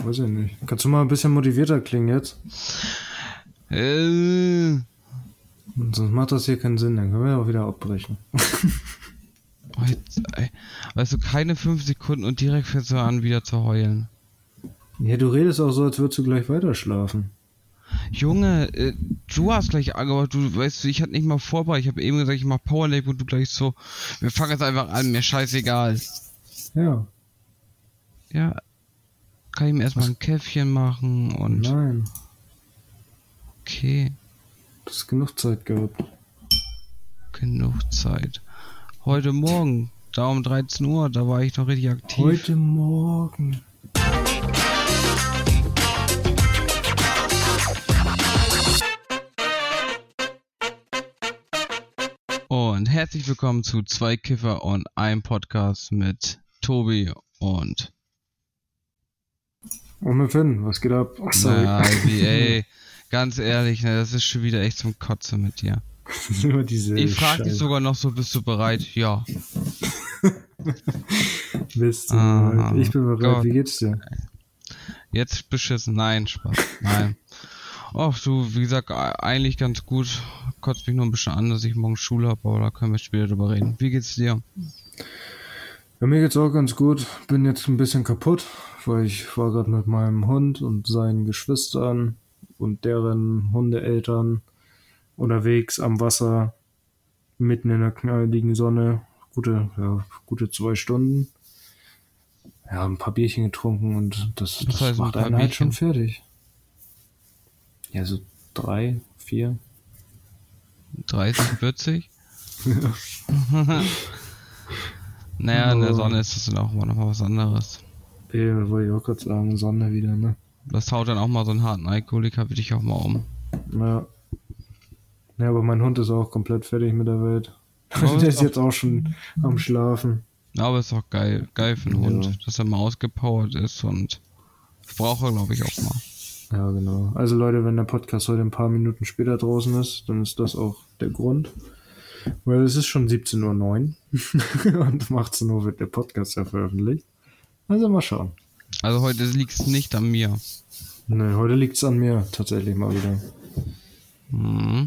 Weiß ich nicht. Kannst du mal ein bisschen motivierter klingen jetzt? Sonst macht das hier keinen Sinn, dann können wir auch wieder abbrechen. Weißt du, keine 5 Sekunden und direkt fängst du an, wieder zu heulen. Ja, du redest auch so, als würdest du gleich weiter schlafen. Junge, du hast gleich angehört, du weißt, ich hatte nicht mal vorbei. Ich habe eben gesagt, ich mach Powerlap und du gleich so, wir fangen jetzt einfach an, mir scheißegal. Ja. Ja, kann ich mir erstmal ein Käffchen machen und... Nein. Okay. Du hast genug Zeit gehabt. Genug Zeit. Heute Morgen, da um 13 Uhr, da war ich noch richtig aktiv. Heute Morgen. Und herzlich willkommen zu Zwei Kiffer und einem Podcast mit Tobi und... Und mit Finn, was geht ab? Ach, sorry. Ey, ganz ehrlich, ne, das ist schon wieder echt zum Kotzen mit dir. Immer diese Ich frag dich Scheiße. sogar noch so, bist du bereit? Ja. Bist du bereit? Ich bin bereit. Gott. Wie geht's dir? Jetzt beschissen. Nein, Spaß. Nein. Ach du, wie gesagt, eigentlich ganz gut. Kotzt mich nur ein bisschen an, dass ich morgen Schule habe, aber da können wir später drüber reden. Wie geht's dir? Ja, mir geht's auch ganz gut. Bin jetzt ein bisschen kaputt, weil ich war gerade mit meinem Hund und seinen Geschwistern und deren Hundeeltern unterwegs am Wasser, mitten in der knalligen Sonne. Gute 2 Stunden. Ja, ein paar Bierchen getrunken und das heißt, macht ein paar einen halt Bierchen? schon fertig. Ja, so 3, 4. 30, 40? Naja, in der Sonne ist das dann auch mal noch was anderes. Ja, wollte ich auch gerade sagen, Sonne wieder, ne? Das haut dann auch mal so einen harten Alkoholiker wie dich auch mal um. Ja. Ja, aber mein Hund ist auch komplett fertig mit der Welt. Oh, Der ist jetzt auch schon am Schlafen. Aber ist auch geil für einen Hund, dass er mal ausgepowert ist und das braucht er, glaube ich, auch mal. Ja, genau. Also Leute, wenn der Podcast heute ein paar Minuten später draußen ist, dann ist das auch der Grund. Weil es ist schon 17:09 Uhr und um 18 Uhr wird der Podcast ja veröffentlicht. Also mal schauen. Also heute liegt es nicht an mir. Ne, heute liegt es an mir tatsächlich mal wieder. Mhm.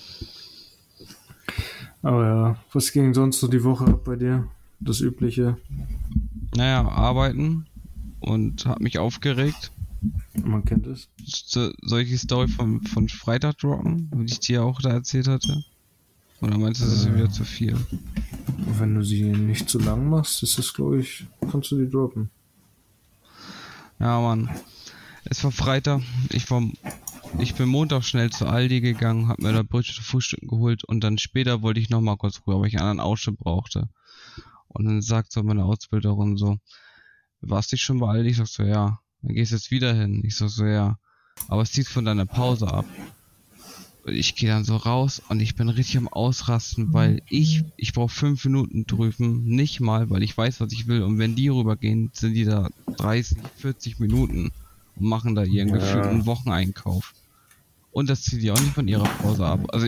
Aber ja, was ging sonst so die Woche ab bei dir? Das Übliche? Naja, arbeiten und hab mich aufgeregt. Man kennt es. Soll ich die Story von Freitag droppen, wie ich dir auch da erzählt hatte? Oder meinst du, das ist wieder zu viel? Wenn du sie nicht zu lang machst, ist das, glaube ich, kannst du die droppen. Ja, Mann. Es war Freitag. Ich bin Montag schnell zu Aldi gegangen, hab mir da Brötchen zu Frühstücken geholt und dann später wollte ich nochmal kurz rüber, weil ich einen anderen Ausschnitt brauchte. Und dann sagt so meine Ausbilderin so, warst du schon bei Aldi? Ich sag so, ja. Dann gehst du jetzt wieder hin. Ich sag so, ja. Aber es zieht von deiner Pause ab. Ich gehe dann so raus und ich bin richtig am Ausrasten, weil ich brauche 5 Minuten drüben, nicht mal, weil ich weiß, was ich will. Und wenn die rübergehen, sind die da 30, 40 Minuten und machen da ihren gefühlten Wocheneinkauf. Und das zieht die auch nicht von ihrer Pause ab. Also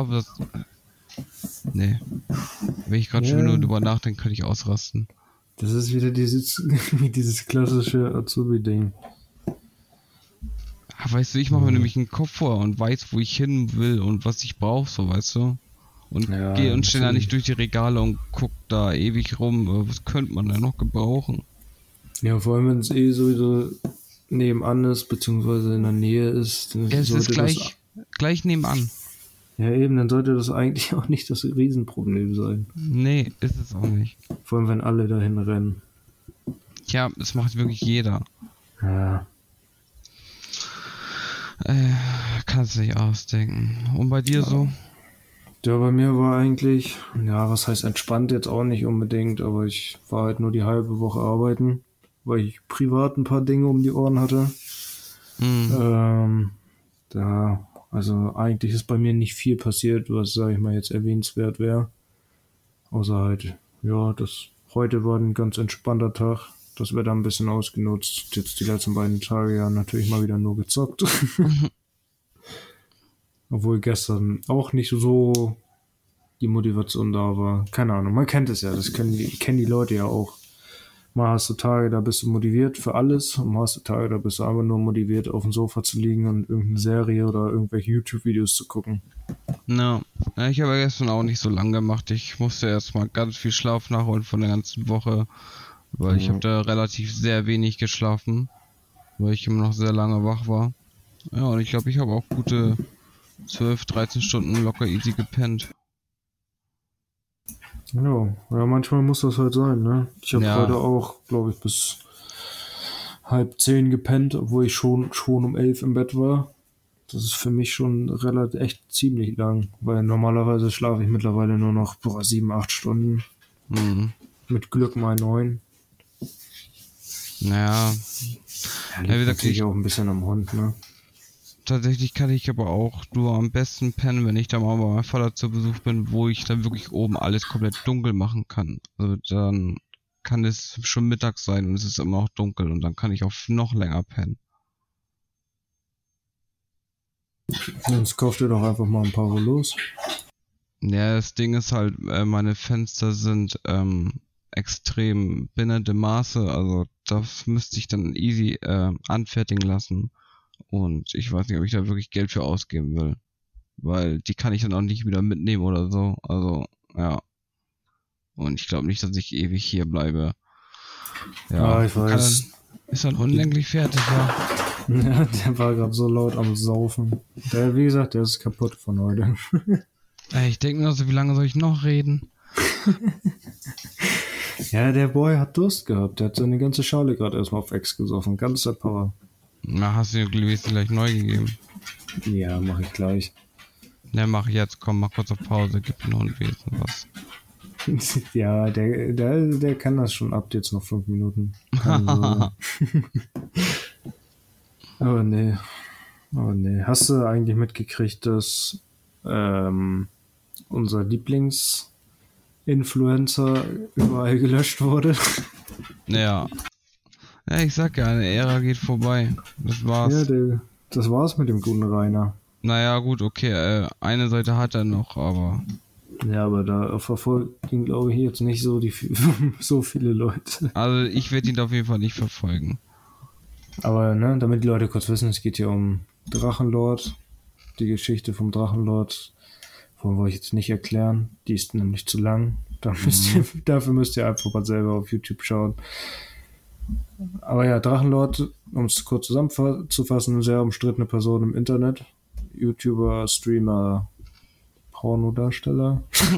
nee. Wenn ich gerade schon nur drüber nachdenke, könnte ich ausrasten. Das ist wieder dieses klassische Azubi-Ding. Weißt du, ich mache mir nämlich einen Kopf vor und weiß, wo ich hin will und was ich brauche, so, weißt du? Und gehe und stehe da nicht durch die Regale und guck da ewig rum, was könnte man da noch gebrauchen? Ja, vor allem, wenn es sowieso nebenan ist, beziehungsweise in der Nähe ist. Dann es ist gleich nebenan. Ja, eben, dann sollte das eigentlich auch nicht das Riesenproblem sein. Nee, ist es auch nicht. Vor allem, wenn alle dahin rennen. Ja, das macht wirklich jeder. Ja. Kannst du nicht ausdenken. Und bei dir so? Ja, bei mir war eigentlich, ja, was heißt entspannt jetzt auch nicht unbedingt, aber ich war halt nur die halbe Woche arbeiten, weil ich privat ein paar Dinge um die Ohren hatte. Also eigentlich ist bei mir nicht viel passiert, was, sag ich mal, jetzt erwähnenswert wäre. Außer halt, ja, heute war ein ganz entspannter Tag. Das Wetter ein bisschen ausgenutzt. Jetzt die letzten beiden Tage ja natürlich mal wieder nur gezockt. Obwohl gestern auch nicht so die Motivation da war. Keine Ahnung, man kennt es ja. Das kennen die Leute ja auch. Mal hast du Tage, da bist du motiviert für alles und mal hast du Tage, da bist du einfach nur motiviert, auf dem Sofa zu liegen und irgendeine Serie oder irgendwelche YouTube-Videos zu gucken. Ja, ja, ich habe gestern auch nicht so lang gemacht. Ich musste erstmal ganz viel Schlaf nachholen von der ganzen Woche, weil ich habe da relativ sehr wenig geschlafen, weil ich immer noch sehr lange wach war. Ja, und ich glaube, ich habe auch gute 12, 13 Stunden locker easy gepennt. Ja, ja, manchmal muss das halt sein, ne? Ich habe Ja, heute auch, glaube ich, bis 9:30 gepennt, obwohl ich schon um 11 im Bett war. Das ist für mich schon relativ echt ziemlich lang, weil normalerweise schlafe ich mittlerweile nur noch 7, 8 Stunden. Mit Glück mal 9. naja, Ja, ja, wie liegt gesagt, natürlich auch ein bisschen am Hund, ne? tatsächlich kann ich aber auch nur am besten pennen, wenn ich da mal bei meinem Vater zu Besuch bin, wo ich dann wirklich oben alles komplett dunkel machen kann. Also dann kann es schon mittags sein und es ist immer noch dunkel und dann kann ich auch noch länger pennen. Sonst kauft ihr doch einfach mal ein paar Rollos. Ja, das Ding ist halt, meine Fenster sind extrem binnende Maße, also das müsste ich dann easy anfertigen lassen. Und ich weiß nicht, ob ich da wirklich Geld für ausgeben will. Weil die kann ich dann auch nicht wieder mitnehmen oder so. Also, ja. Und ich glaube nicht, dass ich ewig hier bleibe. Ja, Ich weiß. Ist dann unlänglich fertig, ja. Ja, der war gerade so laut am Saufen. Wie gesagt, der ist kaputt von heute. Ey, ich denke mir noch so, wie lange soll ich noch reden? Ja, der Boy hat Durst gehabt. Der hat seine ganze Schale gerade erstmal auf Ex gesoffen. Ganzer Power. Na, hast du dir gleich neu gegeben. Ja, mach ich gleich. Ne, mach ich jetzt, komm, mach kurz auf Pause, gib mir noch ein Wesen was. Ja, der kann das schon ab jetzt noch 5 Minuten. Aber nee. Aber nee. Hast du eigentlich mitgekriegt, dass unser Lieblingsinfluencer überall gelöscht wurde? Ja. Ja, ich sag ja, eine Ära geht vorbei. Das war's. Ja, das war's mit dem guten Rainer. Naja, gut, okay, eine Seite hat er noch, aber... Ja, aber da verfolgt ihn, glaube ich, jetzt nicht so so viele Leute. Also, ich werde ihn auf jeden Fall nicht verfolgen. Aber, ne, damit die Leute kurz wissen, es geht hier um Drachenlord. Die Geschichte vom Drachenlord wollen wir euch jetzt nicht erklären. Die ist nämlich zu lang. Dafür müsst ihr einfach mal selber auf YouTube schauen. Aber ja, Drachenlord, um es kurz zusammenzufassen, eine sehr umstrittene Person im Internet. YouTuber, Streamer, Pornodarsteller.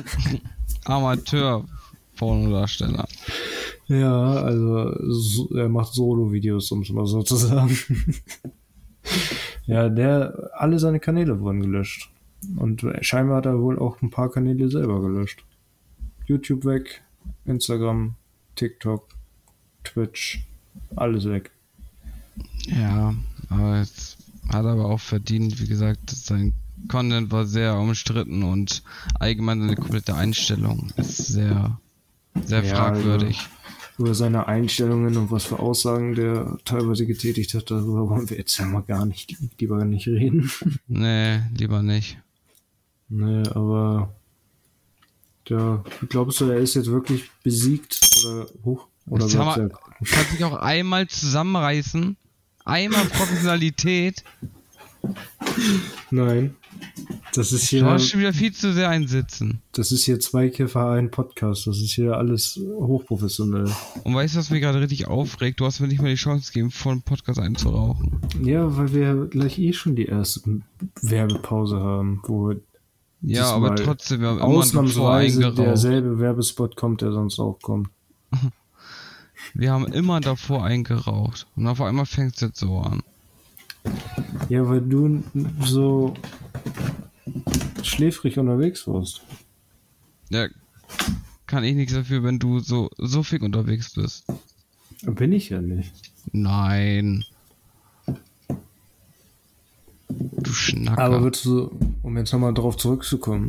Amateur-Pornodarsteller. Ja, also er macht Solo-Videos, um es mal so zu sagen. Ja, alle seine Kanäle wurden gelöscht. Und scheinbar hat er wohl auch ein paar Kanäle selber gelöscht. YouTube weg, Instagram, TikTok, Twitch, alles weg. Ja, aber jetzt hat er aber auch verdient, wie gesagt, sein Content war sehr umstritten und allgemein seine komplette Einstellung ist sehr, sehr fragwürdig. Also über seine Einstellungen und was für Aussagen der teilweise getätigt hat, darüber wollen wir jetzt ja mal lieber nicht reden. Nee, lieber nicht. Nee, aber ja, glaubst du, er ist jetzt wirklich besiegt oder Kann sich auch einmal zusammenreißen, einmal Professionalität. Nein. Das ist Du hast schon wieder viel zu sehr einsitzen. Das ist hier zwei Kiffer, ein Podcast. Das ist hier alles hochprofessionell. Und weißt du, was mich gerade richtig aufregt? Du hast mir nicht mal die Chance gegeben, vor dem Podcast einzurauchen. Ja, weil wir gleich schon die erste Werbepause haben, wo ja, aber trotzdem, wir haben ausnahmsweise immer derselbe Werbespot kommt, der sonst auch kommt. Wir haben immer davor eingeraucht. Und auf einmal fängt es jetzt so an. Ja, weil du so schläfrig unterwegs warst. Ja, kann ich nichts dafür, wenn du so viel unterwegs bist. Bin ich ja nicht. Nein. Du Schnacker. Aber würdest du, um jetzt nochmal drauf zurückzukommen,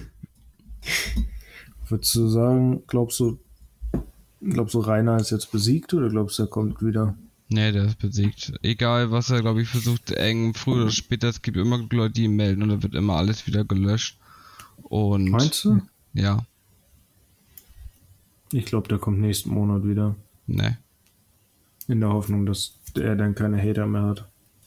würdest du sagen, glaubst du, Rainer ist jetzt besiegt oder glaubst du, er kommt wieder? Nee, der ist besiegt. Egal, was er, glaube ich, versucht, früher oder später, es gibt immer Leute, die ihn melden und dann wird immer alles wieder gelöscht. Und meinst du? Ja. Ich glaube, der kommt nächsten Monat wieder. Ne. In der Hoffnung, dass er dann keine Hater mehr hat.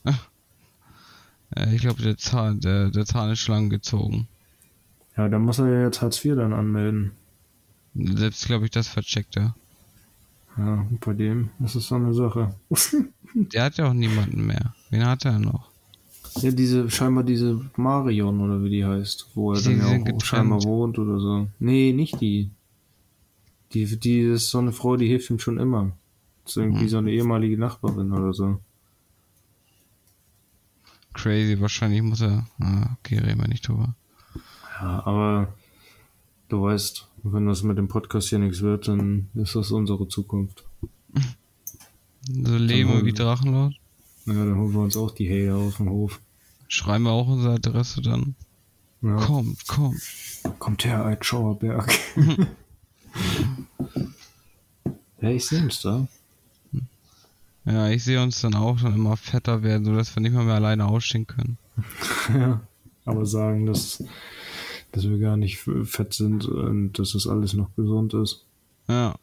Ich glaube, der Zahn ist lang gezogen. Ja, dann muss er ja jetzt Hartz IV dann anmelden. Selbst, glaube ich, das vercheckt er. Ja, bei dem ist es so eine Sache. Der hat ja auch niemanden mehr. Wen hat er noch? Ja, scheinbar diese Marion oder wie die heißt, wo er dann ja auch scheinbar wohnt oder so. Nee, nicht die. Die ist so eine Frau, die hilft ihm schon immer. Das ist irgendwie so eine ehemalige Nachbarin oder so. Crazy, wahrscheinlich muss er. Okay, reden wir nicht drüber. Ja, aber du weißt, wenn das mit dem Podcast hier nichts wird, dann ist das unsere Zukunft. So leben wie Drachenlord? Ja, dann holen wir uns auch die Hater auf dem Hof. Schreiben wir auch unsere Adresse dann. Ja. Kommt. Kommt her, Altschauerberg. Ja, ich sehe uns da. Ja, ich sehe uns dann auch schon immer fetter werden, sodass wir nicht mal mehr alleine ausstehen können. Ja, aber sagen, dass wir gar nicht fett sind und dass das alles noch gesund ist. Ja.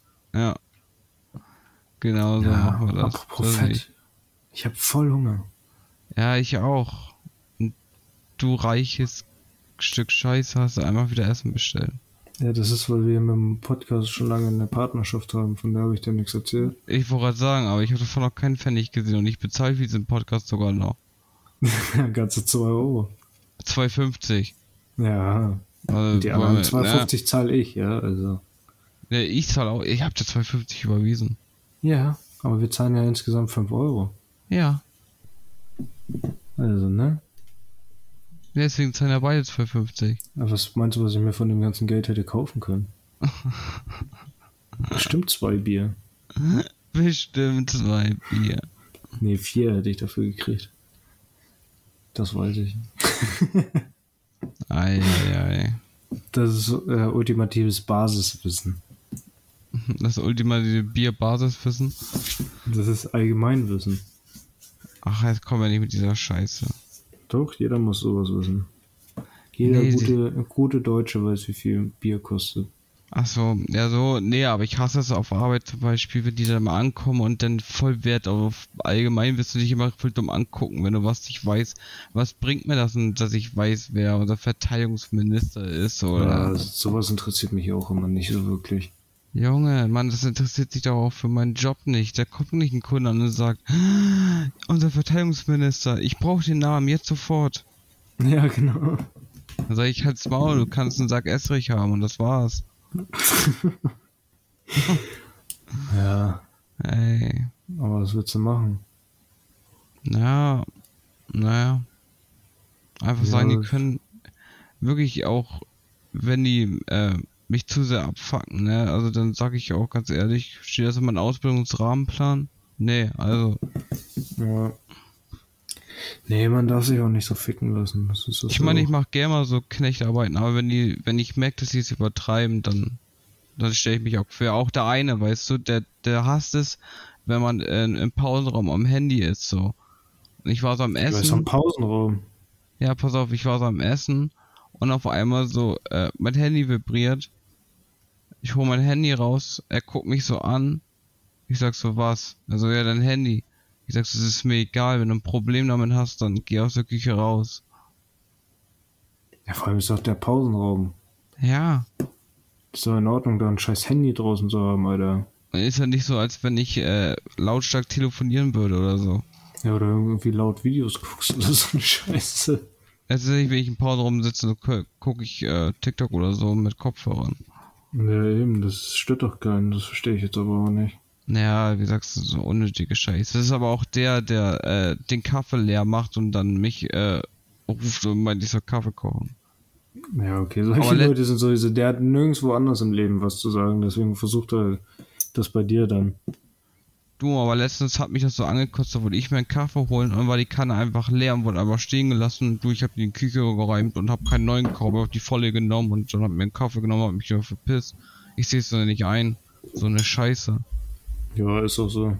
Genau so machen wir das. Apropos Fett. Ich habe voll Hunger. Ja, ich auch. Und du reiches Stück Scheiße hast du einfach wieder Essen bestellt. Ja, das ist, weil wir mit dem Podcast schon lange eine Partnerschaft haben, von der habe ich dir nichts erzählt. Ich wollte gerade sagen, aber ich habe davon noch keinen Pfennig gesehen und ich bezahle für diesen Podcast sogar noch. Ganze 2 Euro. 2,50. Ja. Also die anderen 2,50 zahle ich, ja, also. Ja, ich zahle auch, ich habe dir 2,50 überwiesen. Ja, aber wir zahlen ja insgesamt 5 Euro. Ja. Also, ne? Deswegen zahlen ja beide 2,50. Aber was meinst du, was ich mir von dem ganzen Geld hätte kaufen können? Bestimmt 2 Bier. Bestimmt 2 Bier. Nee, 4 hätte ich dafür gekriegt. Das weiß ich. Ei. Das ist ultimatives Basiswissen. Das ultimative Bier-Basiswissen? Das ist Allgemeinwissen. Ach, jetzt kommen wir nicht mit dieser Scheiße. Doch, jeder muss sowas wissen. Jeder gute Deutsche weiß, wie viel Bier kostet. Ach so, ja so, nee, aber ich hasse es auf Arbeit zum Beispiel, wenn die dann mal ankommen und dann voll Wert auf allgemein wirst du dich immer voll dumm angucken, wenn du was nicht weißt. Was bringt mir das denn, dass ich weiß, wer unser Verteidigungsminister ist, oder? Ja, sowas interessiert mich auch immer nicht so wirklich. Junge, Mann, das interessiert sich doch auch für meinen Job nicht. Da kommt nicht ein Kunde an und sagt, unser Verteidigungsminister, ich brauche den Namen jetzt sofort. Ja, genau. Dann sag ich, halt's Maul, du kannst einen Sack Estrich haben und das war's. Ja. Ey. Aber was willst du machen? Naja. Einfach sagen, die können wirklich auch, wenn die mich zu sehr abfucken, ne? Also dann sag ich auch ganz ehrlich, steht das in meinem Ausbildungsrahmenplan? Nee, also. Ja. Nee, man darf sich auch nicht so ficken lassen. Das ist ich meine, ich mache gerne mal so Knechtarbeiten, aber wenn ich merke, dass sie es übertreiben, dann stelle ich mich auch quer. Auch der eine, weißt du, der hasst es, wenn man im Pausenraum am Handy ist, so. Und ich war so am Essen. Du bist am Pausenraum. Ja, pass auf, ich war so am Essen und auf einmal so, mein Handy vibriert. Ich hole mein Handy raus, er guckt mich so an. Ich sag so, was? Also, ja, dein Handy. Ich sag so, es ist mir egal, wenn du ein Problem damit hast, dann geh aus der Küche raus. Ja, vor allem ist doch der Pausenraum. Ja. Ist doch in Ordnung, da ein scheiß Handy draußen zu haben, Alter. Ist ja nicht so, als wenn ich lautstark telefonieren würde oder so. Ja, oder irgendwie laut Videos guckst oder so eine Scheiße. Also wenn ich im Pausenraum sitze, gucke ich TikTok oder so mit Kopfhörern. Ja, eben, das stört doch keinen, das verstehe ich jetzt aber auch nicht. Naja, wie sagst du, so unnötige Scheiße. Das ist aber auch der den Kaffee leer macht und dann mich ruft und meint, ich soll Kaffee kochen. Ja, okay, solche Leute sind sowieso, der hat nirgendwo anders im Leben was zu sagen, deswegen versucht er das bei dir dann. Du, aber letztens hat mich das so angekotzt, da wollte ich mir einen Kaffee holen und dann war die Kanne einfach leer und wurde einfach stehen gelassen. Du, ich habe die in die Küche geräumt und habe keinen neuen gekauft, habe die volle genommen und dann hab mir einen Kaffee genommen, hab mich wieder verpisst. Ich sehe es doch nicht ein. So eine Scheiße. Ja, ist auch so.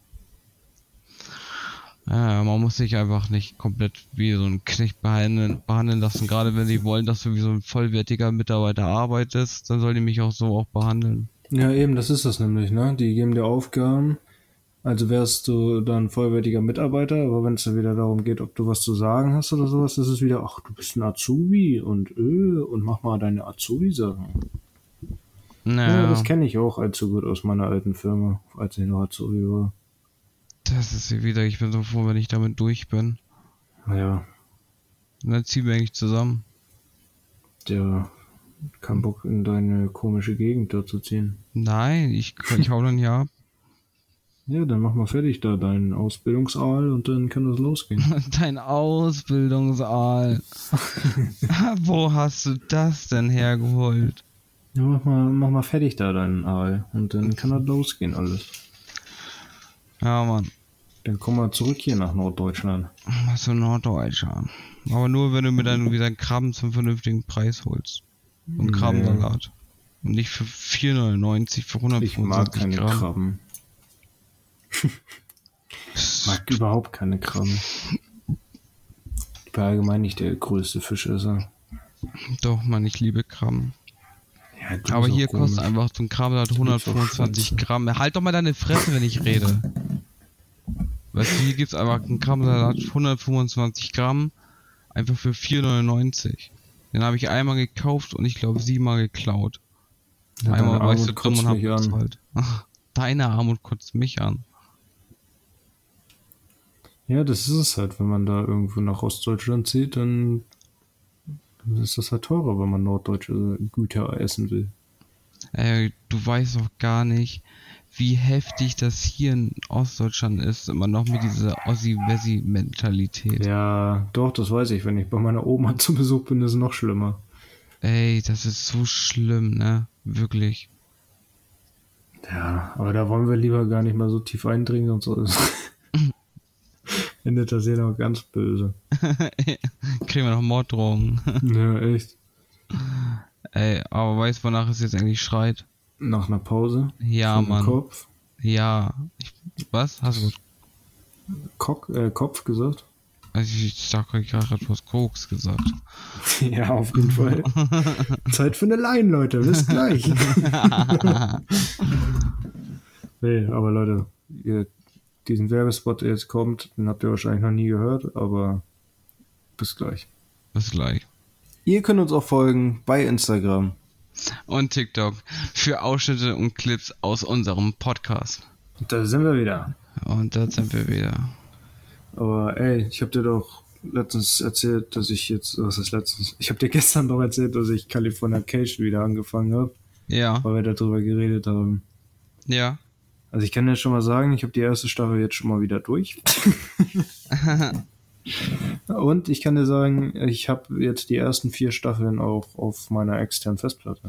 Ja, man muss sich einfach nicht komplett wie so ein Knecht behandeln lassen. Gerade wenn die wollen, dass du wie so ein vollwertiger Mitarbeiter arbeitest, dann sollen die mich auch so behandeln. Ja, eben, das ist das nämlich, ne? Die geben dir Aufgaben, also wärst du dann vollwertiger Mitarbeiter, aber wenn es dann wieder darum geht, ob du was zu sagen hast oder sowas, ist es wieder, ach, du bist ein Azubi und mach mal deine Azubi-Sachen. Ja, das Naja, kenne ich auch allzu gut aus meiner alten Firma, als ich noch Azubi war. das ist sie wieder. Ich bin so froh, wenn ich damit durch bin. Naja, Und dann ziehen wir eigentlich zusammen. der kein Bock in deine komische Gegend da zu ziehen. Nein, ich hau dann ja ab. Ja, dann mach mal fertig da deinen Ausbildungsaal und dann kann das losgehen. Dein Ausbildungsaal. Wo hast du das denn hergeholt? Ja, mach mal fertig da deinen Aal und dann kann das losgehen alles. Ja, Mann. Dann komm mal zurück hier nach Norddeutschland. Was für Norddeutscher. Aber nur, wenn du mir dann wieder einen Krabben zum vernünftigen Preis holst. Und Krabbensalat. Und nicht für 4,99 für Ich mag 125 keine Gramm. Krabben. Ich mag überhaupt keine Krabben. Ich bin allgemein nicht der größte Fischesser. Doch, Mann, ich liebe Krabben. Ja, du Aber bist auch hier komisch. kostet einfach so ein Krabbensalat auch 125 Scheiße. Gramm. Halt doch mal deine Fresse, wenn ich rede. Weißt du, hier gibt's einfach einen Krabbensalat 125 Gramm. Einfach für 4,99. Den habe ich einmal gekauft und ich glaube 7-mal geklaut. Ja, Einmal deine war ich so Armut dumm und kotzt hab mich an. bezahlt. Deine Armut kotzt mich an. Ja, das ist es halt. Wenn man da irgendwo nach Ostdeutschland zieht, dann ist das halt teurer, wenn man norddeutsche Güter essen will. Du weißt doch gar nicht, wie heftig das hier in Ostdeutschland ist. Immer noch mit dieser Ossi-Wessi-Mentalität. Ja, doch, das weiß ich. Wenn ich bei meiner Oma zu Besuch bin, ist es noch schlimmer. Ey, das ist so schlimm, ne? Wirklich. Ja, aber da wollen wir lieber gar nicht mal so tief eindringen und so. Endet das hier noch ganz böse. Kriegen wir noch Morddrohungen. Ja, echt. Ey, aber weißt du, wonach es jetzt eigentlich schreit? Nach einer Pause. Ja, Von dem Mann. Kopf. Ja. Was? Hast du Kopf gesagt? Also ich dachte gerade, du hast Koks gesagt. Ja, auf jeden Fall. Zeit für eine Line, Leute. Bis gleich. Nee, aber Leute, diesen Werbespot, der jetzt kommt, den habt ihr wahrscheinlich noch nie gehört, aber bis gleich. Bis gleich. Ihr könnt uns auch folgen bei Instagram. Und TikTok für Ausschnitte und Clips aus unserem Podcast. Da sind wir wieder. Und da sind wir wieder. Aber ey, ich hab dir doch letztens erzählt, dass ich jetzt, was ist letztens? Ich hab dir gestern doch erzählt, dass ich Californication wieder angefangen habe, Ja, weil wir darüber geredet haben. ja. Also ich kann dir schon mal sagen, ich habe die erste Staffel jetzt schon mal wieder durch. Und ich kann dir sagen, ich habe jetzt die ersten 4 Staffeln auch auf meiner externen Festplatte.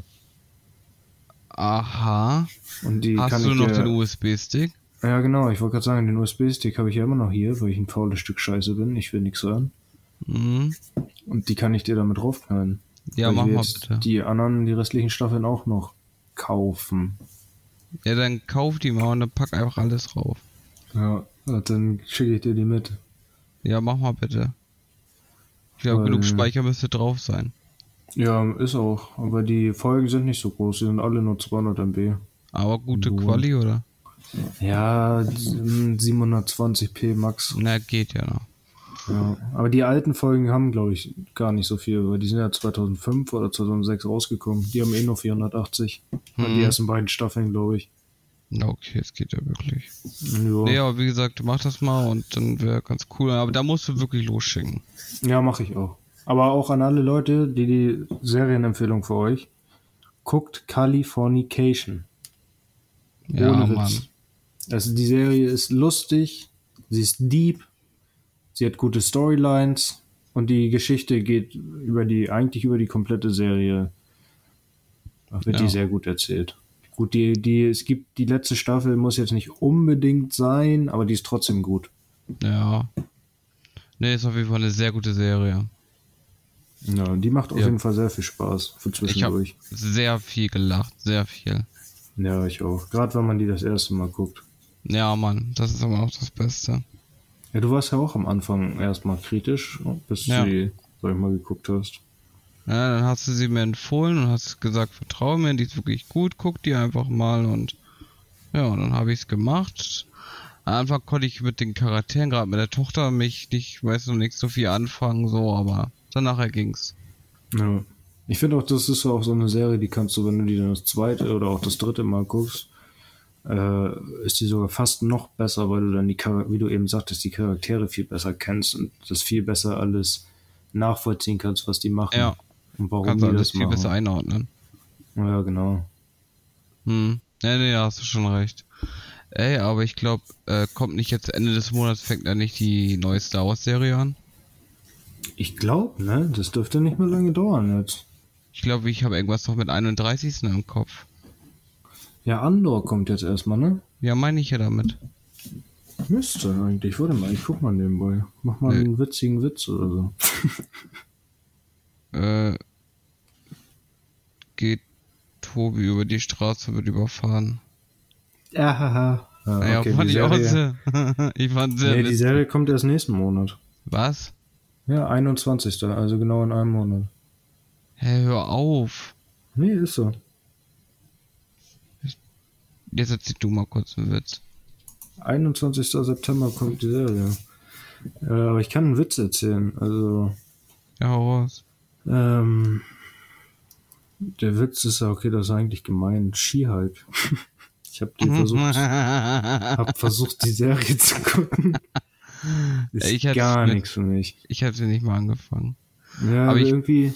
Aha. Und die Hast kann du ich noch dir, den USB-Stick? Ja genau, ich wollte gerade sagen, den USB-Stick habe ich ja immer noch hier, weil ich ein faules Stück Scheiße bin. Ich will nichts hören. Mhm. Und die kann ich dir damit draufknallen. Ja, Weil mach ich will mal jetzt bitte. die restlichen Staffeln auch noch kaufen. Ja, dann kauf die mal und dann pack einfach alles drauf. Ja, dann schicke ich dir die mit. Ja, mach mal bitte. Ich glaube, Weil- genug Speicher müsste drauf sein. Ja, ist auch. Aber die Folgen sind nicht so groß. Die sind alle nur 200 MB. Aber gute Nur. Quali, oder? Ja, 720p Max. Na, geht ja noch. Ja. Aber die alten Folgen haben, glaube ich, gar nicht so viel, weil die sind ja 2005 oder 2006 rausgekommen. Die haben eh nur 480. Die ersten beiden Staffeln, glaube ich. Na, okay, es geht ja wirklich. Ja. Nee, aber wie gesagt, mach das mal und dann wäre ganz cool. Aber da musst du wirklich losschicken. Ja, mache ich auch. Aber auch an alle Leute, die Serienempfehlung für euch. Guckt Californication. Ja, Ohne Mann. Witz. Also die Serie ist lustig, sie ist deep, sie hat gute Storylines und die Geschichte geht eigentlich über die komplette Serie. Da wird Ja. die sehr gut erzählt. Gut, es gibt die letzte Staffel, muss jetzt nicht unbedingt sein, aber die ist trotzdem gut. Ja. Nee, ist auf jeden Fall eine sehr gute Serie. Ja, die macht auf Ja. jeden Fall sehr viel Spaß für Ich habe zwischendurch. sehr viel gelacht, sehr viel. Ja, ich auch. Gerade wenn man die das erste Mal guckt. Ja, Mann, das ist aber auch das Beste. Ja, du warst ja auch am Anfang erstmal kritisch, bis Ja. du die, sag ich mal, geguckt hast. Ja, dann hast du sie mir empfohlen und hast gesagt, vertrau mir, die ist wirklich gut, guck die einfach mal und ja, und dann habe ich es gemacht. Am Anfang konnte ich mit den Charakteren, gerade mit der Tochter, mich nicht, weiß noch nicht so viel anfangen, so, aber dann nachher ging's. Ja. Ich finde auch, das ist auch so eine Serie, die kannst du, wenn du die dann das zweite oder auch das dritte Mal guckst, ist die sogar fast noch besser, weil du dann wie du eben sagtest, die Charaktere viel besser kennst und das viel besser alles nachvollziehen kannst, was die machen Ja, und warum kannst du die alles das viel besser machen. einordnen. Ja, genau. Nee, hast du schon recht. Ey, aber ich glaube, kommt nicht jetzt Ende des Monats, fängt da nicht die neue Star Wars Serie an? Ich glaube, ne, das dürfte nicht mehr lange dauern jetzt. Ich glaube, ich habe irgendwas noch mit 31. im Kopf. Ja, Andor kommt jetzt erstmal, ne? Ja, meine ich ja damit. Müsste eigentlich. Warte mal, ich guck mal nebenbei. Mach mal Nee. einen witzigen Witz oder so. Geht Tobi über die Straße, wird überfahren. Ja, haha. Ja, Naja, okay, fand die ich auch Serie. sehr. Ich fand sehr Nee, die witzig. Serie kommt erst nächsten Monat. Was? Ja, 21. Also genau in einem Monat. Hä, hör auf. Nee, ist so. Jetzt erzähl du mal kurz einen Witz. 21. September kommt die Serie. Aber ich kann einen Witz erzählen. Also, Ja, hau raus. der Witz ist ja, okay, das ist eigentlich gemein. Ski-Hulk. Ich hab versucht, die Serie zu gucken. Ist Ich hatte gar mit- nichts für mich. Ich hatte nicht mal angefangen. Ja, Aber aber ich- irgendwie,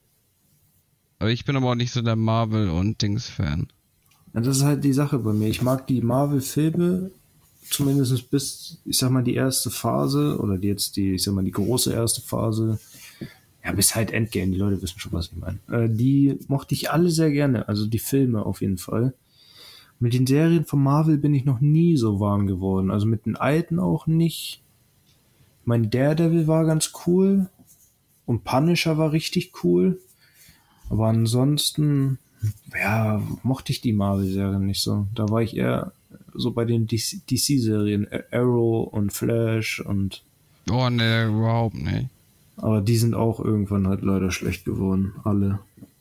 Aber ich bin aber auch nicht so der Marvel- und Dings-Fan. ja, das ist halt die Sache bei mir. Ich mag die Marvel-Filme, zumindest bis, ich sag mal, die erste Phase, oder ich sag mal, die große erste Phase, ja, bis halt Endgame, die Leute wissen schon, was ich meine. Die mochte ich alle sehr gerne, also die Filme auf jeden Fall. Mit den Serien von Marvel bin ich noch nie so warm geworden, also mit den alten auch nicht. Mein Daredevil war ganz cool und Punisher war richtig cool, aber ansonsten, ja, mochte ich die Marvel-Serien nicht so. Da war ich eher so bei den DC-Serien, Arrow und Flash und, Oh, ne, überhaupt nicht. aber die sind auch irgendwann halt leider schlecht geworden, alle.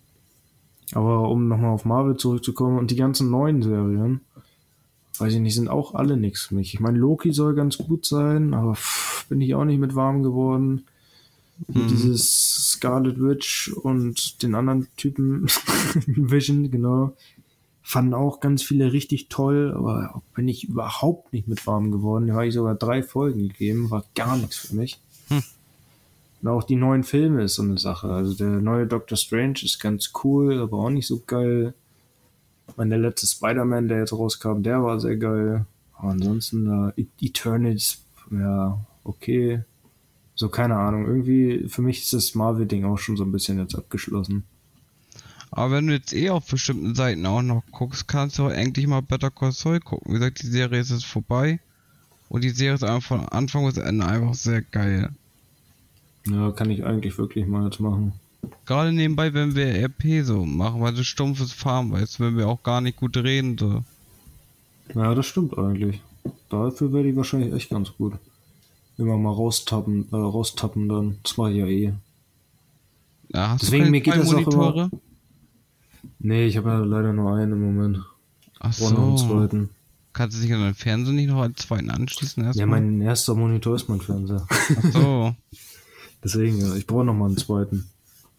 Aber um nochmal auf Marvel zurückzukommen und die ganzen neuen Serien, weiß ich nicht, sind auch alle nichts für mich. Ich meine, Loki soll ganz gut sein, aber bin ich auch nicht mit warm geworden. Hier dieses Scarlet Witch und den anderen Typen, Vision, genau, fanden auch ganz viele richtig toll, aber bin ich überhaupt nicht mit warm geworden. Da habe ich sogar 3 Folgen gegeben, war gar nichts für mich. Und auch die neuen Filme ist so eine Sache. Also der neue Doctor Strange ist ganz cool, aber auch nicht so geil. Der letzte Spider-Man, der jetzt rauskam, der war sehr geil. Aber ansonsten Eternals, ja, okay. So, keine Ahnung. Irgendwie, für mich ist das Marvel-Ding auch schon so ein bisschen jetzt abgeschlossen. Aber wenn du jetzt auf bestimmten Seiten auch noch guckst, kannst du auch eigentlich mal Better Call Saul gucken. Wie gesagt, die Serie ist jetzt vorbei. Und die Serie ist einfach von Anfang bis Ende einfach sehr geil. Ja, kann ich eigentlich wirklich mal jetzt machen. Gerade nebenbei, wenn wir RP so machen, weil so stumpfes Farm, weißt du, wenn wir auch gar nicht gut reden, so. Ja, das stimmt eigentlich. Dafür werde ich wahrscheinlich echt ganz gut. Immer mal raustappen dann. Das mache ich ja eh. Ja, hast Deswegen, du mir geht keine das auch Monitore? Nee, ich habe ja leider nur einen im Moment. Ach Brauche noch einen so. zweiten. Kannst du dich an deinen Fernseher nicht noch als zweiten anschließen Ja, erstmal? mein erster Monitor ist mein Fernseher. Ach so. Deswegen, ja, ich brauche noch mal einen zweiten.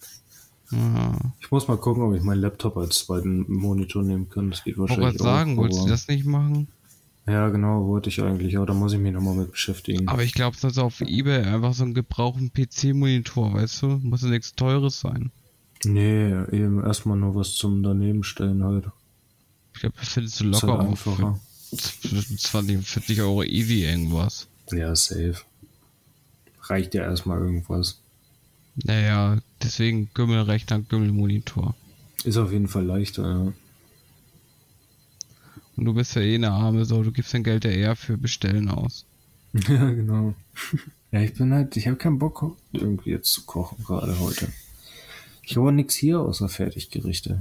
Ja. Ich muss mal gucken, ob ich meinen Laptop als zweiten Monitor nehmen kann. Das geht Ich wollte wahrscheinlich gerade sagen, auch. wolltest du aber- das nicht machen? Ja, genau, wollte ich eigentlich. Aber da muss ich mich noch mal mit beschäftigen. Aber ich glaube, das ist auf Ebay einfach so ein gebrauchten PC-Monitor, weißt du? Muss ja nichts Teures sein. Nee, eben erstmal nur was zum Danebenstellen halt. Ich glaube, das findest du Ist locker halt auf für einfacher. 20, 40 Euro easy irgendwas. Ja, safe. Reicht ja erstmal irgendwas. Naja, deswegen Gümmelrechner, Gümmelmonitor. Ist auf jeden Fall leichter, ja. Und du bist ja eh eine Arme, so, du gibst dein Geld ja eher für Bestellen aus. Ja, genau. Ja, ich habe keinen Bock, irgendwie jetzt zu kochen, gerade heute. Ich habe nichts hier außer Fertiggerichte.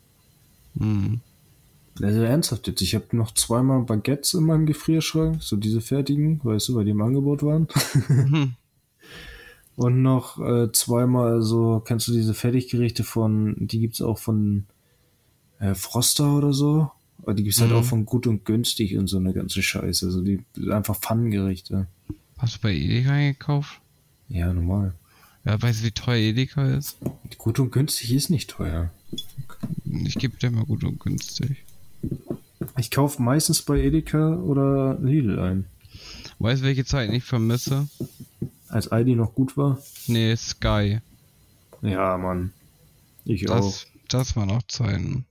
Also ernsthaft jetzt, ich habe noch 2-mal Baguettes in meinem Gefrierschrank, so diese fertigen, weißt du, bei die im Angebot waren. Und noch zweimal so, kennst du diese Fertiggerichte die gibt's auch von Froster oder so? Aber die gibt's halt auch Mhm. von Gut und Günstig und so eine ganze Scheiße. Also die einfach Pfannengerichte. Hast du bei Edeka eingekauft? Ja, normal. Ja, weißt du, wie teuer Edeka ist? Gut und Günstig ist nicht teuer. Ich gebe dir mal gut und günstig. Ich kaufe meistens bei Edeka oder Lidl ein. Weißt du, welche Zeit ich vermisse? Als Aldi noch gut war. Nee, Sky. Ja, Mann. Ich auch. Das waren auch Zeiten.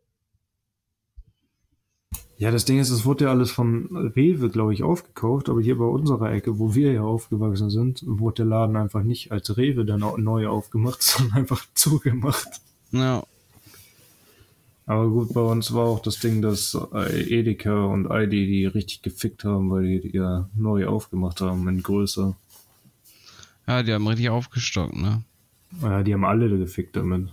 Ja, das Ding ist, es wurde ja alles von Rewe, glaube ich, aufgekauft, aber hier bei unserer Ecke, wo wir ja aufgewachsen sind, wurde der Laden einfach nicht als Rewe dann neu aufgemacht, sondern einfach zugemacht. Ja, Aber gut, bei uns war auch das Ding, dass Edeka und Aldi die richtig gefickt haben, weil die ja neu aufgemacht haben in Größe. ja, die haben richtig aufgestockt, ne? Ja, die haben alle gefickt damit.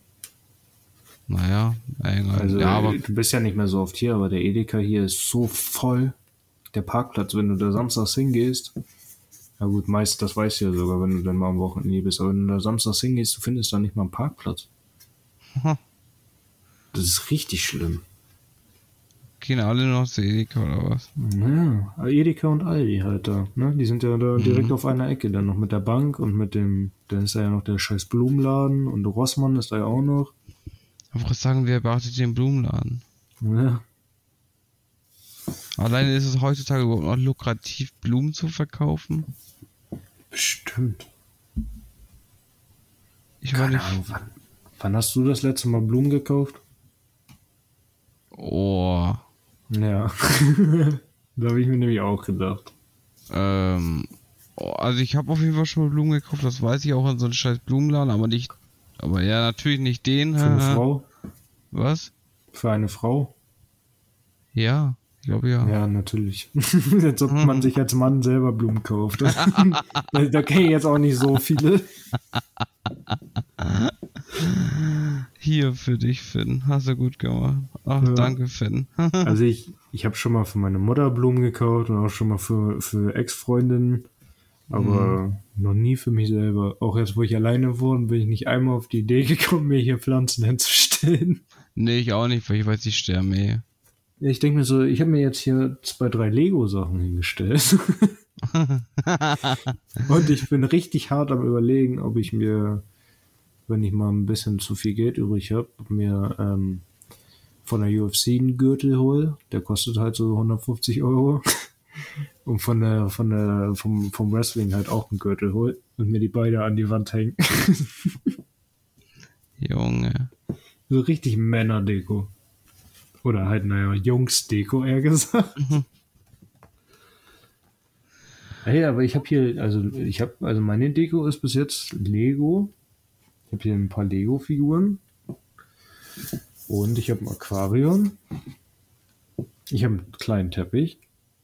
Naja, egal. Also Ja, aber du bist ja nicht mehr so oft hier, aber der Edeka hier ist so voll. Der Parkplatz, wenn du da samstags hingehst, na gut, meist, das weißt du ja sogar, wenn du dann mal am Wochenende hier bist, aber wenn du da samstags hingehst, du findest da nicht mal einen Parkplatz. Hm. Das ist richtig schlimm. gehen alle noch zu Edeka oder was? Ja, Edeka und Aldi halt da, ne? Die sind ja da direkt auf einer Ecke, dann noch mit der Bank und mit dem, dann ist da ja noch der scheiß Blumenladen und Rossmann ist da ja auch noch. Einfach sagen, wer beachtet den Blumenladen? Ja, Alleine ist es heutzutage überhaupt noch lukrativ, Blumen zu verkaufen. bestimmt. Ich war Keine nicht. Ahnung, wann hast du das letzte Mal Blumen gekauft? Oh. Ja. Da habe ich mir nämlich auch gedacht. Also ich habe auf jeden Fall schon mal Blumen gekauft, das weiß ich auch in so einem scheiß Blumenladen, aber nicht. Aber ja, natürlich nicht den. Für eine Frau? Was? Für eine Frau? Ja, ich glaube ja. Ja, natürlich. Als ob man sich als Mann selber Blumen kauft. Da kenne ich jetzt auch nicht so viele. Hier für dich, Finn. Hast du gut gemacht. Ach, Ja. danke, Finn. Also ich habe schon mal für meine Mutter Blumen gekauft und auch schon mal für Ex-Freundinnen, aber noch nie für mich selber. Auch jetzt, wo ich alleine wohne, bin ich nicht einmal auf die Idee gekommen, mir hier Pflanzen hinzustellen. Nee, ich auch nicht, weil ich weiß, ich sterbe eh. Ja, ich denke mir so, ich habe mir jetzt hier 2, 3 Lego-Sachen hingestellt. Und ich bin richtig hart am Überlegen, ob ich mir, wenn ich mal ein bisschen zu viel Geld übrig habe, mir von der UFC einen Gürtel hole. Der kostet halt so 150 Euro. Und vom Wrestling halt auch einen Gürtel hole und mir die beide an die Wand hängen. Junge. So richtig Männerdeko. Oder halt, naja, Jungsdeko eher gesagt. Hey, aber ich habe hier, also meine Deko ist bis jetzt Lego. Ich habe hier ein paar Lego-Figuren. Und ich habe ein Aquarium. Ich habe einen kleinen Teppich.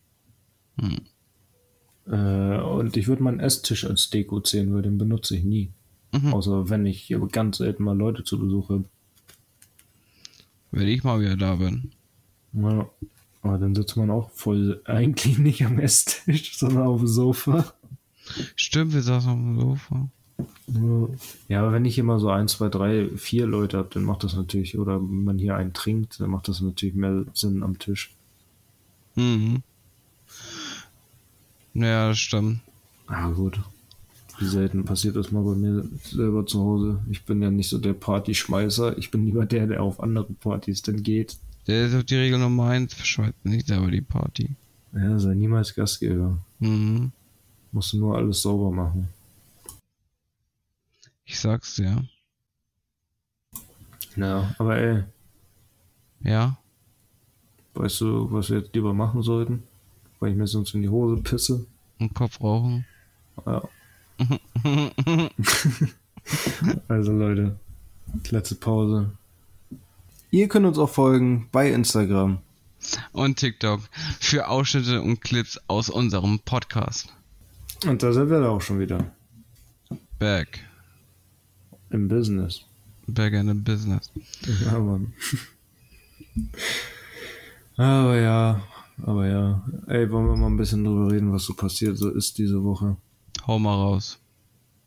Und ich würde meinen Esstisch als Deko zählen, weil den benutze ich nie. Außer wenn ich aber ganz selten mal Leute zu Besuch habe. Wenn ich mal wieder da bin. Ja, aber dann sitzt man auch voll eigentlich nicht am Esstisch, sondern auf dem Sofa. Stimmt, wir saßen auf dem Sofa. Ja, aber wenn ich immer so 1, 2, 3, 4 Leute habe, dann macht das natürlich, oder wenn man hier einen trinkt, dann macht das natürlich mehr Sinn am Tisch. Mhm. Ja, das stimmt. Ah, gut. Wie selten passiert das mal bei mir selber zu Hause. Ich bin ja nicht so der Partyschmeißer. Ich bin lieber der auf andere Partys dann geht. Der ist auf die Regel Nummer 1, verschweißt nicht selber die Party. Ja, sei niemals Gastgeber. Mhm. Musst du nur alles sauber machen. Ich sag's dir. Ja, aber ey, Ja? weißt du, was wir jetzt lieber machen sollten? Weil ich mir sonst in die Hose pisse. Und Kopf rauchen. Ja. Also Leute, letzte Pause. Ihr könnt uns auch folgen bei Instagram. Und TikTok für Ausschnitte und Clips aus unserem Podcast. Und da sind wir da auch schon wieder. Back. Im Business. Back in the business. Ja, Mann. Aber ja. Ey, wollen wir mal ein bisschen drüber reden, was so passiert so ist diese Woche. Hau mal raus.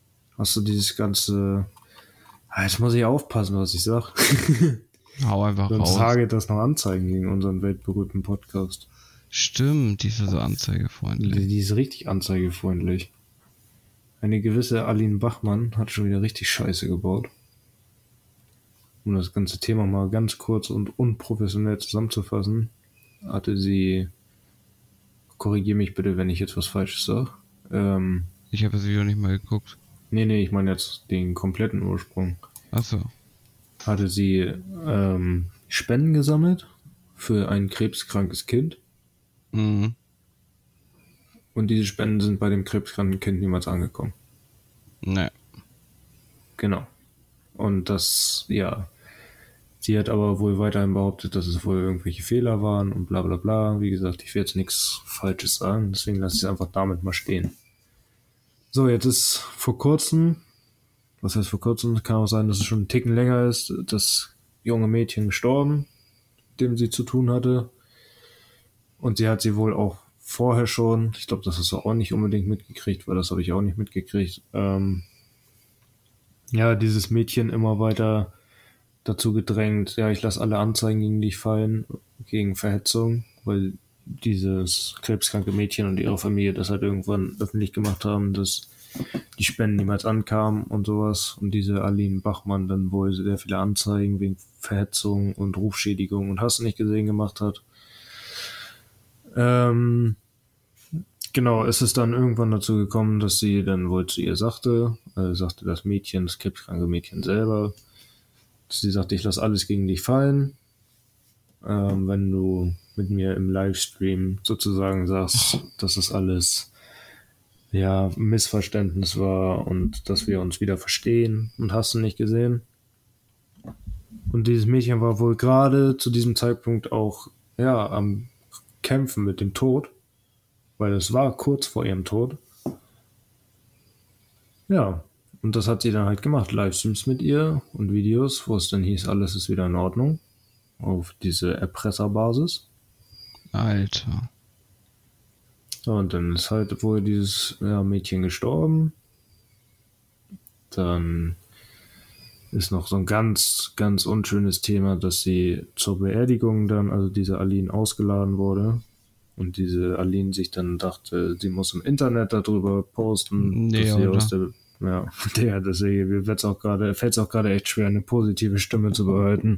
hast du dieses ganze... Jetzt muss ich aufpassen, was ich sag. Hau einfach Sonst raus. hagelt das noch Anzeigen gegen unseren weltberühmten Podcast. Stimmt, die ist so anzeigefreundlich. Die ist richtig anzeigefreundlich. Eine gewisse Aline Bachmann hat schon wieder richtig Scheiße gebaut. Um das ganze Thema mal ganz kurz und unprofessionell zusammenzufassen, hatte sie, korrigiere mich bitte, wenn ich jetzt was Falsches sage. Ich habe das Video nicht mal geguckt. Nee, ich meine jetzt den kompletten Ursprung. Achso. Hatte sie Spenden gesammelt für ein krebskrankes Kind. Mhm. Und diese Spenden sind bei dem krebskranken Kind niemals angekommen. Ne. Genau. Und das, ja, sie hat aber wohl weiterhin behauptet, dass es wohl irgendwelche Fehler waren und bla bla bla. Wie gesagt, ich will jetzt nichts Falsches sagen, deswegen lasse ich es einfach damit mal stehen. So, jetzt ist vor kurzem, was heißt vor kurzem, kann auch sein, dass es schon einen Ticken länger ist, das junge Mädchen gestorben, mit dem sie zu tun hatte. Und sie hat sie wohl auch vorher schon, ich glaube, das hast du auch nicht unbedingt mitgekriegt, weil das habe ich auch nicht mitgekriegt, ja, dieses Mädchen immer weiter dazu gedrängt, ja, ich lasse alle Anzeigen gegen dich fallen, gegen Verhetzung, weil dieses krebskranke Mädchen und ihre Familie das halt irgendwann öffentlich gemacht haben, dass die Spenden niemals ankamen und sowas. Und diese Aline Bachmann dann wohl sehr viele Anzeigen wegen Verhetzung und Rufschädigung und hast du nicht gesehen gemacht hat. Genau, es ist dann irgendwann dazu gekommen, dass sie dann wohl zu ihr sagte das Mädchen, das krebskranke Mädchen selber, dass sie sagte, ich lasse alles gegen dich fallen, wenn du mit mir im Livestream sozusagen sagst, dass das alles ja Missverständnis war und dass wir uns wieder verstehen und hast du nicht gesehen. Und dieses Mädchen war wohl gerade zu diesem Zeitpunkt auch ja am Kämpfen mit dem Tod, weil es war kurz vor ihrem Tod. Ja, und das hat sie dann halt gemacht, Livestreams mit ihr und Videos, wo es dann hieß, alles ist wieder in Ordnung, auf diese Erpresserbasis. Alter. Und dann ist halt wohl dieses Mädchen gestorben. Dann ist noch so ein ganz, ganz unschönes Thema, dass sie zur Beerdigung dann, also diese Aline ausgeladen wurde. Und diese Aline sich dann dachte, sie muss im Internet darüber posten, Nee, dass sie oder? aus der, deswegen fällt es auch gerade echt schwer, eine positive Stimme zu behalten.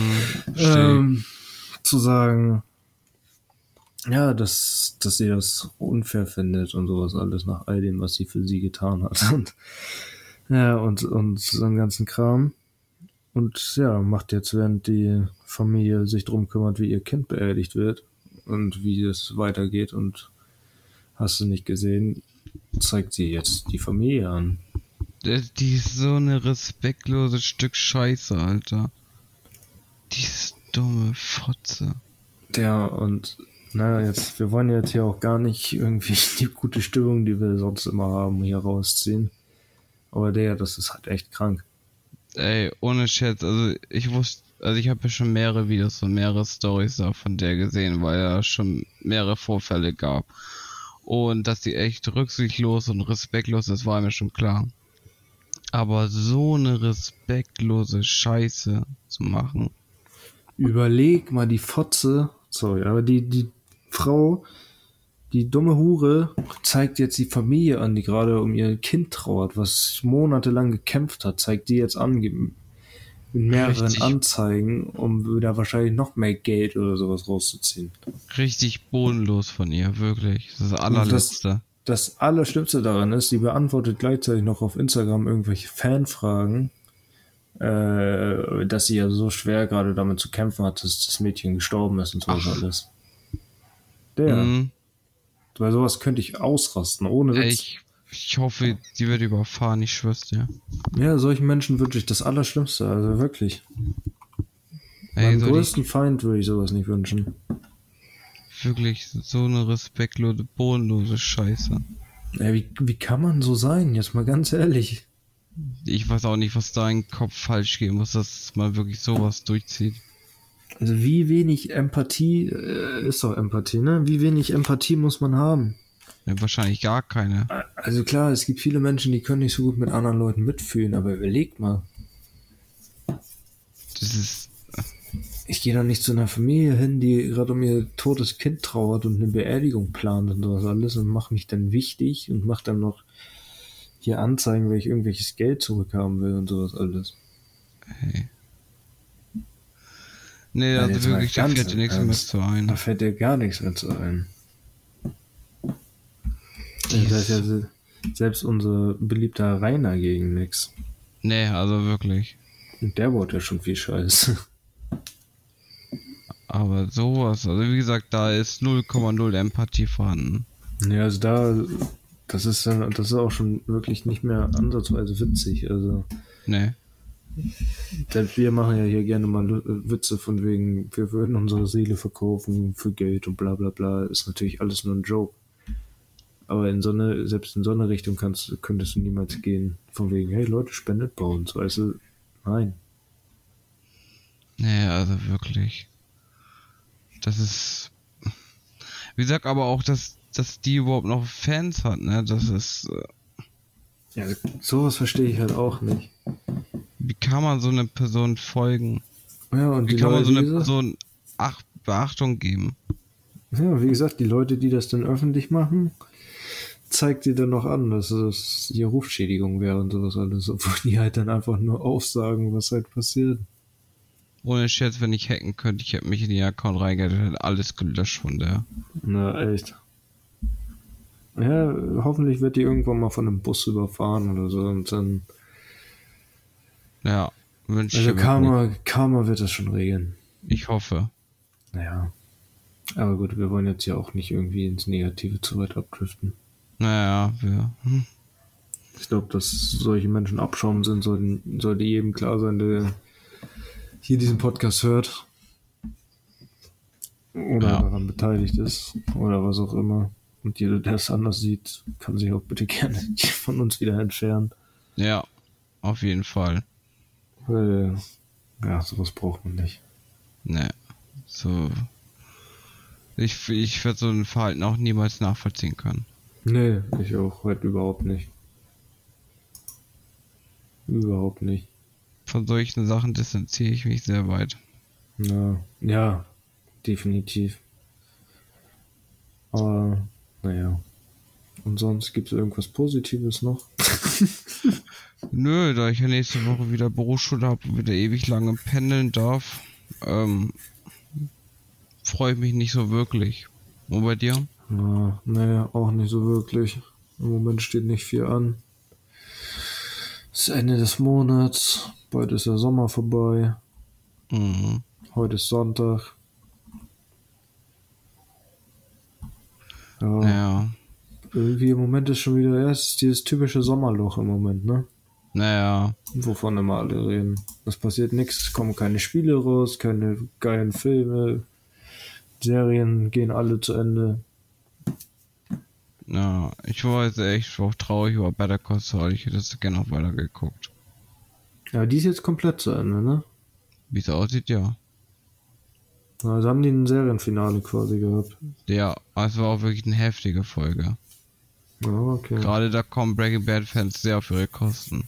Zu sagen, ja, dass sie das unfair findet und sowas alles nach all dem, was sie für sie getan hat. Und ja, und so einen ganzen Kram. Und ja, macht jetzt, während die Familie sich drum kümmert, wie ihr Kind beerdigt wird und wie es weitergeht und hast du nicht gesehen, zeigt sie jetzt die Familie an. Die ist so eine respektlose Stück Scheiße, Alter. Diese dumme Fotze. Ja, und jetzt, wir wollen jetzt hier auch gar nicht irgendwie die gute Stimmung, die wir sonst immer haben, hier rausziehen. Aber das ist halt echt krank. Ey, ohne Scherz, also ich habe ja schon mehrere Videos und mehrere Stories auch von der gesehen, weil ja schon mehrere Vorfälle gab. Und dass die echt rücksichtslos und respektlos ist, war mir schon klar. Aber so eine respektlose Scheiße zu machen. Überleg mal die Fotze, sorry, aber die Frau, die dumme Hure, zeigt jetzt die Familie an, die gerade um ihr Kind trauert, was monatelang gekämpft hat, zeigt die jetzt an, mit mehreren Richtig. Anzeigen, um wieder wahrscheinlich noch mehr Geld oder sowas rauszuziehen. Richtig bodenlos von ihr, wirklich. Das ist das allerletzte. Das Allerschlimmste daran ist, sie beantwortet gleichzeitig noch auf Instagram irgendwelche Fanfragen, dass sie ja so schwer gerade damit zu kämpfen hat, dass das Mädchen gestorben ist und sowas alles. Bei sowas könnte ich ausrasten, ohne Witz. Ich hoffe, die wird überfahren, ich schwör's dir. Ja, solchen Menschen wünsche ich das Allerschlimmste, also wirklich. Meinem größten Feind würde ich sowas nicht wünschen. Wirklich so eine respektlose, bodenlose Scheiße. Ja, wie kann man so sein? Jetzt mal ganz ehrlich. Ich weiß auch nicht, was da im Kopf falsch gehen muss, dass man wirklich sowas durchzieht. Also wie wenig Empathie, ist doch Empathie, ne? Wie wenig Empathie muss man haben? Ja, wahrscheinlich gar keine. Also klar, es gibt viele Menschen, die können nicht so gut mit anderen Leuten mitfühlen, aber überleg mal. Das ist, Ich gehe doch nicht zu einer Familie hin, die gerade um ihr totes Kind trauert und eine Beerdigung plant und sowas alles und mache mich dann wichtig und mache dann noch hier Anzeigen, weil ich irgendwelches Geld zurückhaben will und sowas alles. hey. Nee, Nein, also jetzt mal wirklich, da ganz fällt dir im nichts mehr Ernst. zu Da ein. fällt dir gar nichts mehr zu ein. Da ist ja selbst unser beliebter Rainer gegen nix. Nee, also wirklich. Und der baut ja schon viel Scheiß. Aber sowas, also wie gesagt, da ist 0,0 Empathie vorhanden. Ja, also das ist auch schon wirklich nicht mehr ansatzweise witzig. Also Nee. selbst wir machen ja hier gerne mal Witze von wegen, wir würden unsere Seele verkaufen für Geld und bla bla bla. Ist natürlich alles nur ein Joke. Aber selbst in so eine Richtung könntest du niemals gehen. Von wegen, hey Leute, spendet bei uns. Weißt du, nein. Nee, also wirklich. Das ist. Wie gesagt, aber auch, dass die überhaupt noch Fans hat, ne? Das ist. Ja, sowas verstehe ich halt auch nicht. Wie kann man so eine Person folgen? Ja, und Wie die kann man Leute, so eine wie gesagt, Person Beachtung geben? ja, wie gesagt, die Leute, die das dann öffentlich machen, zeigt dir dann noch an, dass es hier Rufschädigung wäre und sowas alles, obwohl die halt dann einfach nur aufsagen, was halt passiert. Ohne Scherz, wenn ich hacken könnte, ich hätte mich in den Account reingegangen, hätte alles gelöscht von der. Na, echt. Ja, hoffentlich wird die irgendwann mal von einem Bus überfahren oder so und dann. Ja, wünsche Also ich mir Karma wird das schon regeln. wirklich. Ich hoffe. Naja. Aber gut, wir wollen jetzt ja auch nicht irgendwie ins Negative zu weit abdriften. Naja, wir. Ich glaube, dass solche Menschen Abschaum sind, sollte jedem klar sein, der hier diesen Podcast hört. Oder Ja. daran beteiligt ist. Oder was auch immer. Und jeder, der es anders sieht, kann sich auch bitte gerne von uns wieder entfernen. Ja, auf jeden Fall. Weil, ja, sowas braucht man nicht. Ne. So. Ich werde so ein Verhalten auch niemals nachvollziehen können. Nee, ich auch heute überhaupt nicht. Überhaupt nicht. Von solchen Sachen distanziere ich mich sehr weit. Ja, definitiv. Aber, naja. Und sonst gibt es irgendwas Positives noch? Nö, da ich ja nächste Woche wieder Berufsschule habe und wieder ewig lange pendeln darf, freue ich mich nicht so wirklich. Und bei dir? Ja, naja, auch nicht so wirklich. Im Moment steht nicht viel an. Es ist Ende des Monats. Bald ist der Sommer vorbei. Mhm. Heute ist Sonntag. Ja, Ja. irgendwie im Moment ist schon wieder erst dieses typische Sommerloch im Moment, ne? Naja. Wovon immer alle reden. Es passiert nichts, es kommen keine Spiele raus, keine geilen Filme. Serien gehen alle zu Ende. Ja, ich war jetzt echt auch traurig über Better Call Saul. Ich hätte es gerne noch weiter geguckt. Ja, die ist jetzt komplett zu Ende, ne? Wie es aussieht, ja. Also haben die ein Serienfinale quasi gehabt. Ja, es war auch wirklich eine heftige Folge. Ja, okay. Gerade da kommen Breaking Bad Fans sehr auf ihre Kosten.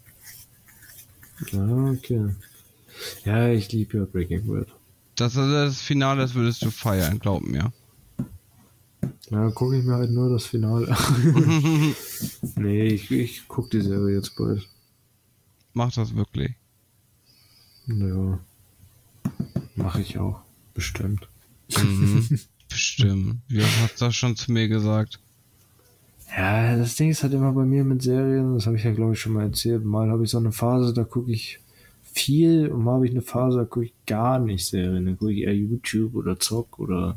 Ja, okay. Ja, ich liebe ja Breaking Bad. Das Finale, das würdest du feiern, glaub mir. Ja, gucke ich mir halt nur das Finale an. Nee, ich gucke die Serie jetzt bald. Mach das wirklich. Ja. Mache ich auch. Bestimmt. Mhm. Bestimmt. Wie oft hast du das schon zu mir gesagt? Ja, das Ding ist halt immer bei mir mit Serien, das habe ich ja glaube ich schon mal erzählt. Mal habe ich so eine Phase, da gucke ich viel und mal habe ich eine Phase, da gucke ich gar nicht Serien. Da gucke ich eher YouTube oder Zock oder.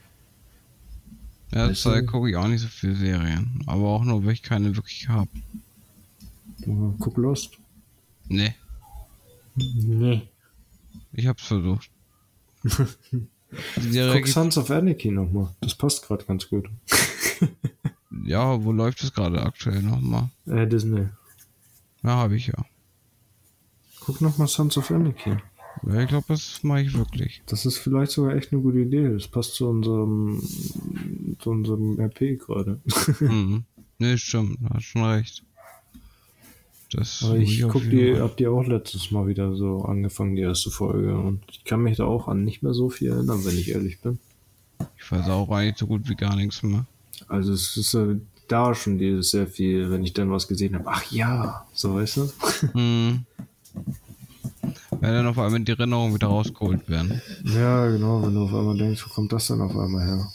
Ja, Weißt zurzeit du? gucke ich auch nicht so viele Serien. Aber auch nur, weil ich keine wirklich habe. Guck Lost. Nee, Nee. ich hab's versucht. Die Serie Guck geht, Sons of Anarchy nochmal. Das passt gerade ganz gut. ja, wo läuft es gerade aktuell nochmal? Disney. Ja, habe ich ja. Guck nochmal Sons of Anarchy. Ja, ich glaube, das mache ich wirklich. Das ist vielleicht sogar echt eine gute Idee. Das passt zu unserem RP gerade. Mhm. Ne, stimmt, du hast schon recht. Das Aber muss ich auf jeden Fall. hab die auch letztes Mal wieder so angefangen, die erste Folge. Und ich kann mich da auch an nicht mehr so viel erinnern, wenn ich ehrlich bin. Ich weiß auch eigentlich so gut wie gar nichts mehr. Also es ist da schon dieses sehr viel, wenn ich dann was gesehen habe. Ach ja, so weißt du? Hm. Wenn dann auf einmal die Erinnerungen wieder rausgeholt werden. Ja, genau, wenn du auf einmal denkst, wo kommt das denn auf einmal her?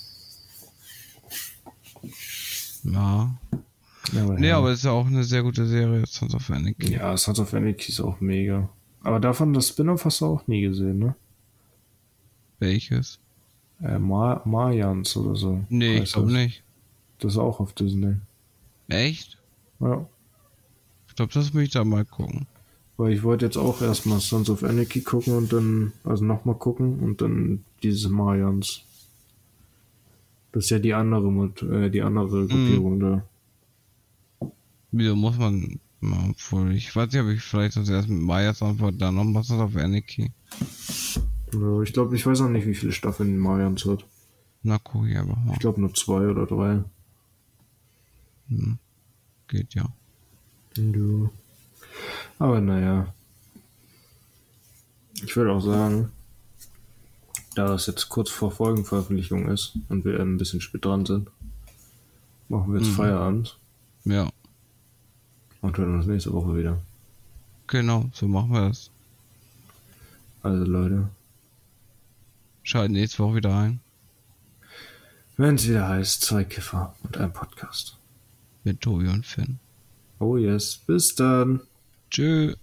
Ja. Aber Nee, ja. aber es ist ja auch eine sehr gute Serie, Sons of Anarchy. Ja, Sons of Anarchy ist auch mega. Aber davon das Spin-off hast du auch nie gesehen, ne? Welches? Mayans oder so. Nee, ich Heißt glaube das. nicht. Das ist auch auf Disney. Echt? Ja. Ich glaube, das muss ich da mal gucken. Weil ich wollte jetzt auch erstmal Sons of Anarchy gucken und dann, also nochmal gucken und dann diese Mayans. Das ist ja die die andere Gruppierung da. Wieso muss man mal, obwohl ich weiß nicht, ob ich vielleicht das erst mit Maya antworte, dann noch was auf Anarchy. Ja, ich glaube, ich weiß auch nicht, wie viele Staffeln Mayans hat. Na, guck ich einfach mal. Ich glaube nur 2 oder 3. Geht ja. Ja. Aber naja. Ich würde auch sagen, da das jetzt kurz vor Folgenveröffentlichung ist und wir ein bisschen spät dran sind, machen wir jetzt Feierabend Ja, und hören uns nächste Woche wieder. genau, so machen wir das. Also Leute, Schalten nächste Woche wieder ein. wenn es wieder heißt, 2 Kiffer und ein Podcast. Mit Tobi und Finn. Oh yes, bis dann. Tschö.